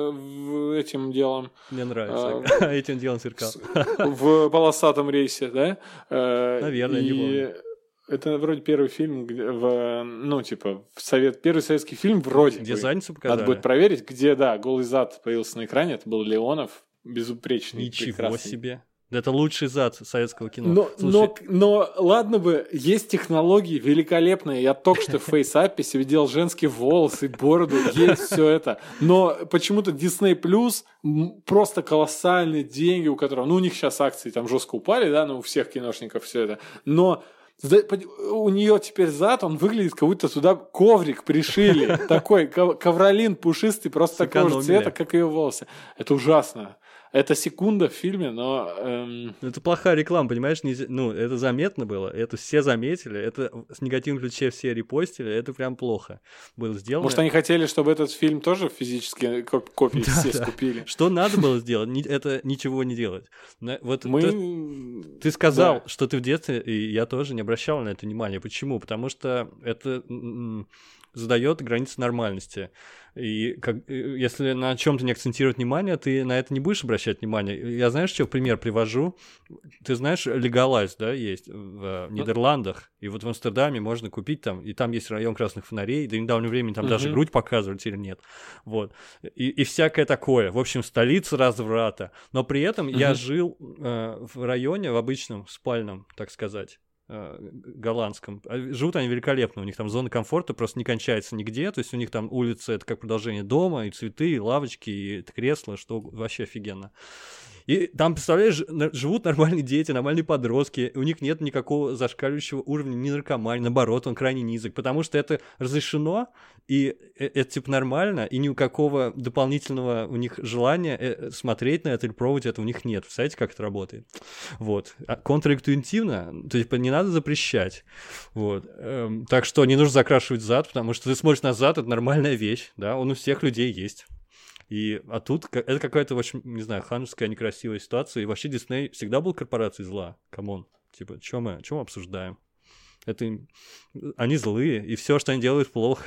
э, этим делом. Мне нравится. А, этим делом сверкал. В полосатом рейсе, да? Наверное, не помню. Это вроде первый фильм, где в, ну, типа, в совет... первый советский фильм вроде где бы. задницу показали. Надо будет проверить, где, да, голый зад появился на экране. Это был Леонов, безупречный, Ничего прекрасный. себе. Это лучший зад советского кино. Но, но, но ладно бы, есть технологии великолепные. Я только что в фейсапе видел женские волосы, бороду, есть все это. Но почему-то Disney Plus просто колоссальные деньги, у которого... Ну, у них сейчас акции там жестко упали, да, но у всех киношников все это. Но... У нее теперь зад, он выглядит, как будто туда коврик пришили. Такой ковролин пушистый, просто такого же цвета, как ее волосы. Это ужасно. Это секунда в фильме, но... Эм... Это плохая реклама, понимаешь? Не, ну, это заметно было, это все заметили, это с негативным ключе все репостили, это прям плохо было сделано. Может, они хотели, чтобы этот фильм тоже физически копии да, все да. скупили? Что надо было сделать? Это ничего не делать. Вот Мы... ты, ты сказал, да. что ты в детстве, и я тоже не обращал на это внимания. Почему? Потому что это... задает границы нормальности. И как, если на чем-то не акцентировать внимание, ты на это не будешь обращать внимание. Я знаешь, что пример привожу? Ты знаешь, Legalize, да, есть в Нидерландах, и вот в Амстердаме можно купить там, и там есть район красных фонарей, до недавнего времени там uh-huh. даже грудь показывали, теперь нет. Вот. И, и всякое такое. В общем, столица разврата. Но при этом uh-huh. я жил э, в районе, в обычном спальном, так сказать, голландском. Живут они великолепно, у них там зона комфорта просто не кончается нигде, то есть у них там улица — это как продолжение дома, и цветы, и лавочки, и кресла, что вообще офигенно. И там, представляешь, живут нормальные дети, нормальные подростки, у них нет никакого зашкаливающего уровня ни наркомании, наоборот, он крайне низок, потому что это разрешено, и это типа нормально, и никакого дополнительного у них желания смотреть на это или пробовать это у них нет. Представляете, как это работает? Вот. Контринтуитивно, то есть не надо запрещать. Вот. Эм, так что не нужно закрашивать зад, потому что ты смотришь на зад, это нормальная вещь, да, он у всех людей есть. И, а тут это какая-то, в общем, не знаю, ханжеская, некрасивая ситуация. И вообще Дисней всегда был корпорацией зла. Камон. Типа, что мы, мы обсуждаем? Это они злые, и все, что они делают, плохо.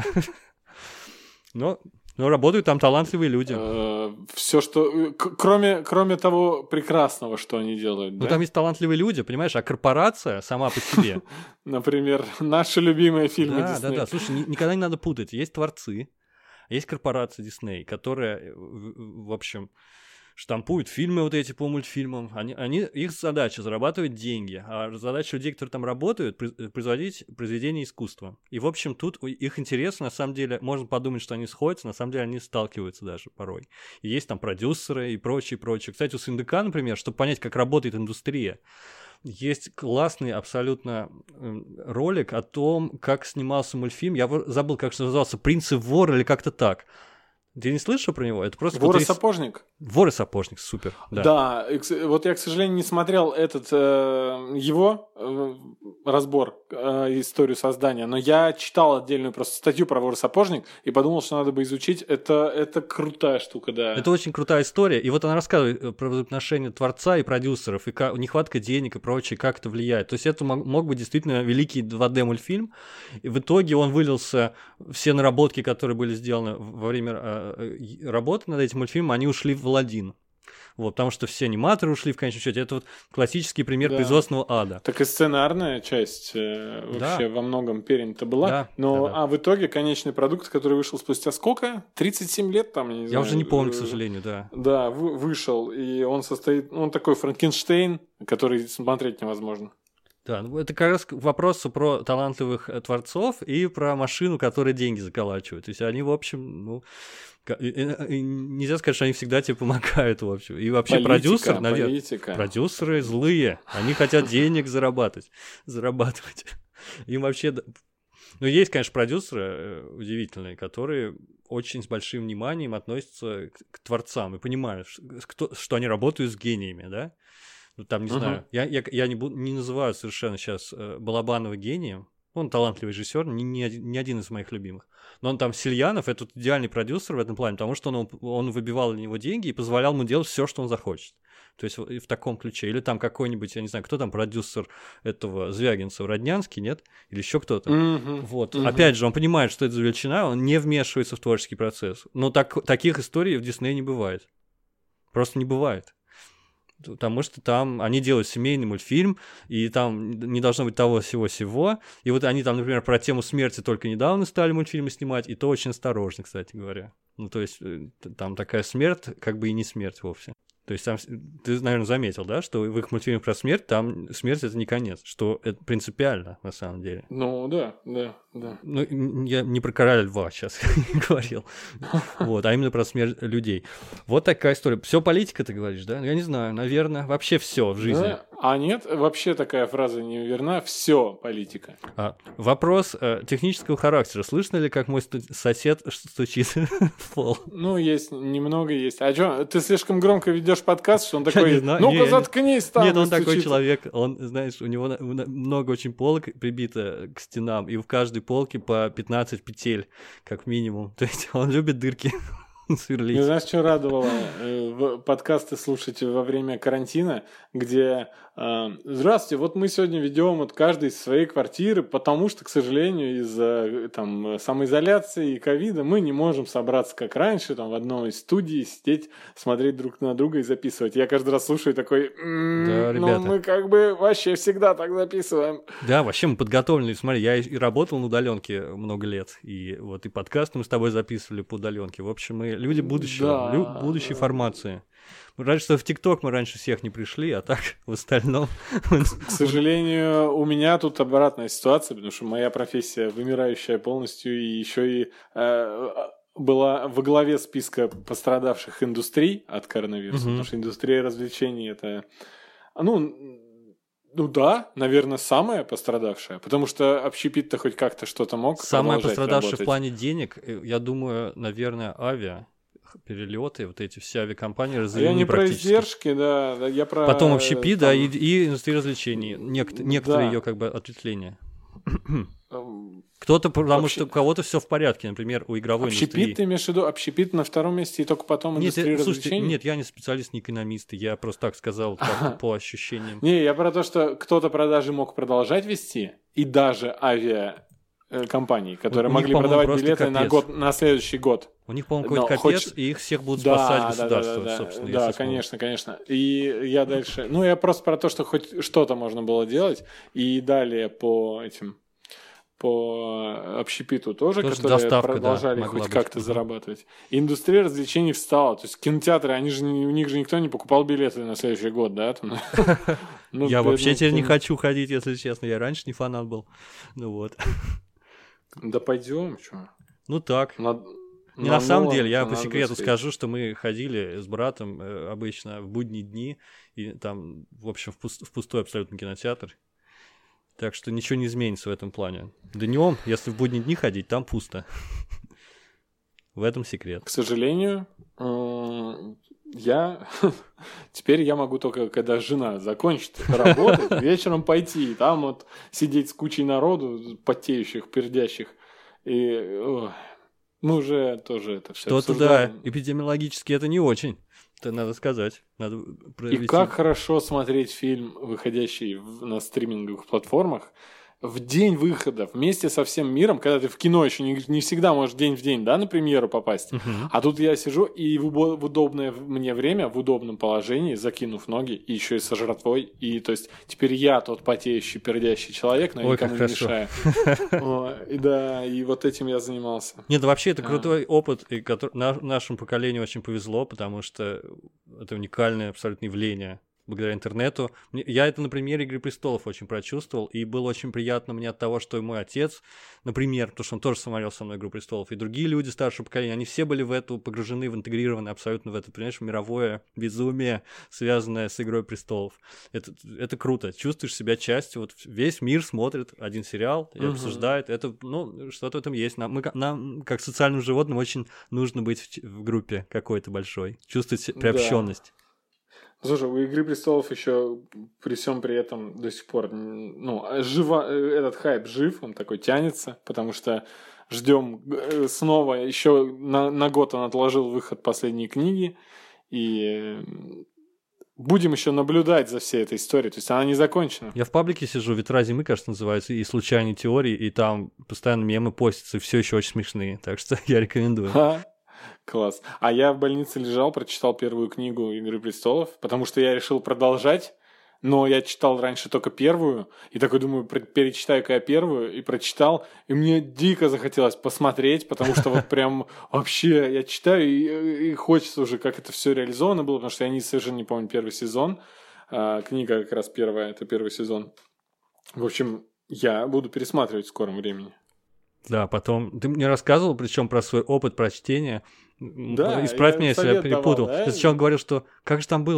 Но, но работают там талантливые люди. Все, что... Кроме, кроме того прекрасного, что они делают. Ну, там есть талантливые люди, понимаешь, а корпорация сама по себе. Например, наши любимые фильмы Дисней. Да, да, да. Слушай, никогда не надо путать. Есть творцы. Есть корпорация Дисней, которая, в общем, штампует фильмы вот эти по мультфильмам. Они, они, их задача — зарабатывать деньги, а задача людей, которые там работают, производить произведения искусства. И, в общем, тут их интересы, на самом деле, можно подумать, что они сходятся, на самом деле они сталкиваются даже порой. И есть там продюсеры и прочее, прочее. Кстати, у Сындыка, например, чтобы понять, как работает индустрия, есть классный абсолютно ролик о том, как снимался мультфильм. Я забыл, как что назывался, «Принц и вор» или как-то так. Ты не слышал про него? Это просто «Вор и сапожник». «Вор и сапожник», супер. Да, да, вот я, к сожалению, не смотрел этот э, его э, разбор, э, историю создания, но я читал отдельную просто статью про «Вор и сапожник» и подумал, что надо бы изучить. Это, это крутая штука, да. Это очень крутая история. И вот она рассказывает про отношения творца и продюсеров, и как, нехватка денег и прочее, как это влияет. То есть это мог, мог быть действительно великий два дэ мультфильм. И в итоге он вылился, все наработки, которые были сделаны во время э, работы над этим мультфильмом, они ушли в Аладдин. Вот, потому что все аниматоры ушли в конечном счете. Это вот классический пример да. производственного ада. Так и сценарная часть э, вообще да. во многом перенята была. Да, но, да, да. А в итоге конечный продукт, который вышел спустя сколько? тридцать семь лет там, я не я знаю. Я уже не помню, к сожалению, да. Да, в- вышел. И он состоит... Он такой Франкенштейн, который смотреть невозможно. Да, ну это как раз к вопросу про талантливых творцов и про машину, которая деньги заколачивает. То есть они, в общем, ну... Нельзя сказать, что они всегда тебе помогают, в общем. И вообще политика, продюсер, наверное, политика. Продюсеры злые. Они хотят денег зарабатывать. Зарабатывать. Им вообще... Ну, есть, конечно, продюсеры удивительные, которые очень с большим вниманием относятся к, к творцам и понимают, что, что они работают с гениями, да? Ну, там, не uh-huh. знаю, я, я, я не, буду, не называю совершенно сейчас э, Балабанова гением. Он талантливый режиссер, не, не, не один из моих любимых. Но он там, Сельянов, это идеальный продюсер в этом плане, потому что он, он выбивал для него деньги и позволял ему делать все, что он захочет. То есть в, в таком ключе. Или там какой-нибудь, я не знаю, кто там продюсер этого Звягинцева, Роднянский, нет? Или еще кто-то. Mm-hmm. Вот. Mm-hmm. Опять же, он понимает, что это за величина, он не вмешивается в творческий процесс. Но так, таких историй в Диснее не бывает. Просто не бывает. Потому что там они делают семейный мультфильм, и там не должно быть того всего-всего. И вот они там, например, про тему смерти только недавно стали мультфильмы снимать, и то очень осторожно, кстати говоря. Ну, то есть там такая смерть, как бы и не смерть вовсе. То есть там, ты, наверное, заметил, да, что в их мультфильме про смерть, там смерть — это не конец, что это принципиально, на самом деле. Ну, да, да, да. Ну, я не про короля льва сейчас говорил, вот, а именно про смерть людей. Вот такая история. Все политика, ты говоришь, да? Я не знаю, наверное, вообще все в жизни. Да. А нет, вообще такая фраза не верна. Все политика. А, вопрос э, технического характера. Слышно ли, как мой сту- сосед стучит в пол? Ну, есть, немного есть. А что, ты слишком громко ведешь подкаст, что он такой, ну-ка заткнись там. Нет, он такой человек, он, знаешь, у него много очень полок прибито к стенам, и в каждой полке по пятнадцать петель, как минимум. То есть он любит дырки. сверлить. Не знаешь, что радовало? Подкасты слушать во время карантина, где «Здравствуйте, вот мы сегодня ведем вот каждый из своей квартиры, потому что, к сожалению, из-за там, самоизоляции и ковида мы не можем собраться, как раньше, там, в одной из студий, сидеть, смотреть друг на друга и записывать». Я каждый раз слушаю такой «М-м, Да, ребята. ну мы как бы вообще всегда так записываем». Да, вообще мы подготовлены. Смотри, я и работал на удаленке много лет, и вот и подкаст мы с тобой записывали по удаленке. В общем, мы люди будущего, Да. лю- будущей формации. Раньше что в ТикТок мы раньше всех не пришли, а так в остальном... К сожалению, у меня тут обратная ситуация, потому что моя профессия вымирающая полностью, и еще и э, была во главе списка пострадавших индустрий от коронавируса, Мгм. потому что индустрия развлечений это, ну, ну да, наверное, самая пострадавшая, потому что общепит-то хоть как-то что-то мог Самое продолжать пострадавшее в работать. плане денег, э, я думаю, наверное, авиа, перелеты, вот эти все авиакомпании А разделены я не про практически. издержки, да, да, я про... Потом общепит, да, там, и, и индустрия развлечений. Нек- некоторые Да. ее как бы ответвления. эм, Кто-то, потому Вообще- что у кого-то все в порядке, например, у игровой Общепит, индустрии. ты имеешь в виду? Общепит на втором месте и только потом Нет, индустрия я- слушайте, развлечений? нет, я не специалист, не экономист, я просто так сказал так, Ага. по ощущениям. Не, я про то, что кто-то продажи мог продолжать вести, и даже авиакомпании, которые У них, могли по-моему, продавать просто билеты на, капец. год, на следующий год. У них, по-моему, Но какой-то хочешь- капец, и их всех будут Да, спасать да, государство, да, да, собственно. да, если смогут. конечно, конечно. И я дальше... Ну, я просто про то, что хоть что-то можно было делать, и далее по этим... По общепиту тоже, Тоже которые доставка, да, продолжали могла хоть быть. как-то Мгм. зарабатывать. И индустрия развлечений встала. То есть кинотеатры, они же, не- у них же никто не покупал билеты на следующий год, да? там? Ну, Я вообще ну, теперь не ну, хочу ходить, если честно. Я раньше не фанат был. Ну вот. Да пойдем, что? Ну так. Над- Не на самом деле, я надо по секрету сходить. скажу, что мы ходили с братом э, обычно в будние дни, и там, в общем, в, пус- в пустой абсолютно кинотеатр. Так что ничего не изменится в этом плане. Днем, если в будние дни ходить, там пусто. В этом секрет. К сожалению, м, я... Теперь я могу только, когда жена закончит работать, вечером пойти, и там вот сидеть с кучей народу, потеющих, пердящих. И ой, мы уже тоже это все Что-то да, эпидемиологически это не очень. Это надо сказать. Надо провести. И как хорошо смотреть фильм, выходящий в- на стриминговых платформах, в день выхода, вместе со всем миром, когда ты в кино еще не, не всегда можешь день в день, да, на премьеру попасть. Мгм. А тут я сижу и в, убо- в удобное в- мне время, в удобном положении, закинув ноги, и еще и со жратвой. И то есть теперь я тот потеющий, пердящий человек, но я Ой, как никому не хорошо. мешаю. О, И да, и вот этим я занимался. Нет, вообще это А. крутой опыт, и котор- на- нашему поколению очень повезло, потому что это уникальное абсолютно явление благодаря интернету. Мне- Я это на примере «Игры престолов» очень прочувствовал, и было очень приятно мне от того, что и мой отец, например, потому что он тоже смотрел со мной «Игру престолов», и другие люди старшего поколения, они все были в эту, погружены, в интегрированы абсолютно в это, понимаешь, мировое безумие, связанное с «Игрой престолов». Это, это круто, чувствуешь себя частью, вот весь мир смотрит один сериал и Мгм. обсуждает, это, ну, что-то в этом есть. Нам, мы, ка- нам, как социальным животным, очень нужно быть в, ч- в группе какой-то большой, чувствовать се- Да. приобщенность. Слушай, у «Игры престолов» еще при всем при этом до сих пор, м, ну, жива, э, этот хайп жив, он такой тянется, потому что ждем э, снова, еще на, на год он отложил выход последней книги, и э, будем еще наблюдать за всей этой историей, то есть она не закончена. Я в паблике сижу, «Ветра зимы», кажется, называется, и «Случайные теории», и там постоянно мемы постятся, все еще очень смешные, так что я рекомендую. Ха, класс. А я в больнице лежал, прочитал первую книгу «Игры престолов», потому что я решил продолжать, но я читал раньше только первую, и такой думаю, про- перечитаю-ка я первую, и прочитал, и мне дико захотелось посмотреть, потому что вот прям вообще я читаю, и, и хочется уже, как это все реализовано было, потому что я не, совершенно не помню первый сезон, а, книга как раз первая, это первый сезон. В общем, я буду пересматривать в скором времени. Да, потом... Ты мне рассказывал, причем про свой опыт прочтения. М, Да, Исправь я меня, если я совет давал, перепутал. да? Ты сначала говорил, что как же там было-то?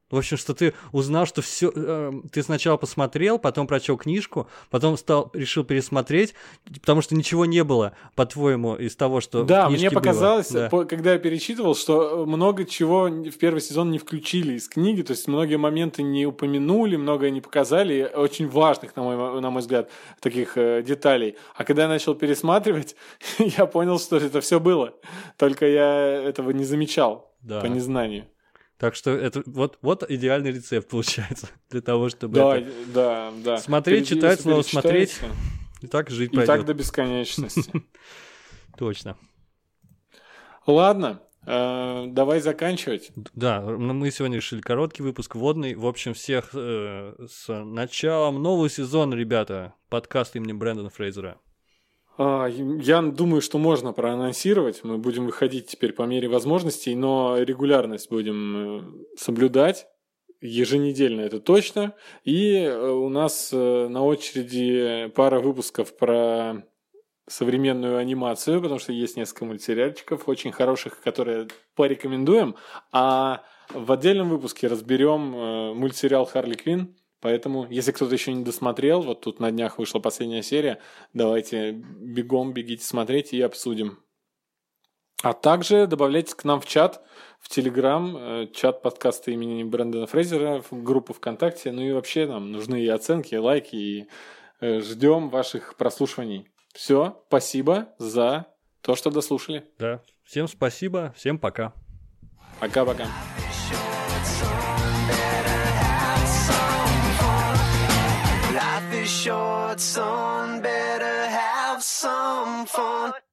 В общем, что ты узнал, что все, э, ты сначала посмотрел, потом прочел книжку, потом стал, решил пересмотреть, потому что ничего не было, по-твоему, из того, что да, в книжке мне показалось, было. Да. когда я перечитывал, что много чего в первый сезон не включили из книги, то есть многие моменты не упомянули, многое не показали, очень важных, на мой, на мой взгляд, таких э, деталей. А когда я начал пересматривать, я понял, что это все было, только я этого не замечал да. по незнанию. Так что это вот, вот идеальный рецепт получается для того, чтобы да, это... да, да. смотреть, Перед, читать, снова смотреть, и так жить и пойдет. И так до бесконечности. Точно. Ладно, давай заканчивать. Да, мы сегодня решили короткий выпуск, вводный. В общем, всех с началом нового сезона, ребята. Подкаст имени Брэндона Фрейзера. Я думаю, что можно проанонсировать. Мы будем выходить теперь по мере возможностей, но регулярность будем соблюдать. Еженедельно это точно. И у нас на очереди пара выпусков про современную анимацию, потому что есть несколько мультсериальчиков очень хороших, которые порекомендуем. А в отдельном выпуске разберем мультсериал «Харли Квинн». Поэтому, если кто-то еще не досмотрел, вот тут на днях вышла последняя серия, давайте бегом бегите смотреть и обсудим. А также добавляйтесь к нам в чат, в Телеграм, чат подкаста имени Брэндона Фрейзера, в группу ВКонтакте. Ну и вообще нам нужны и оценки, и лайки, и ждем ваших прослушиваний. Все, спасибо за то, что дослушали. Да, всем спасибо, всем пока. Пока-пока. Short, son, better have some fun.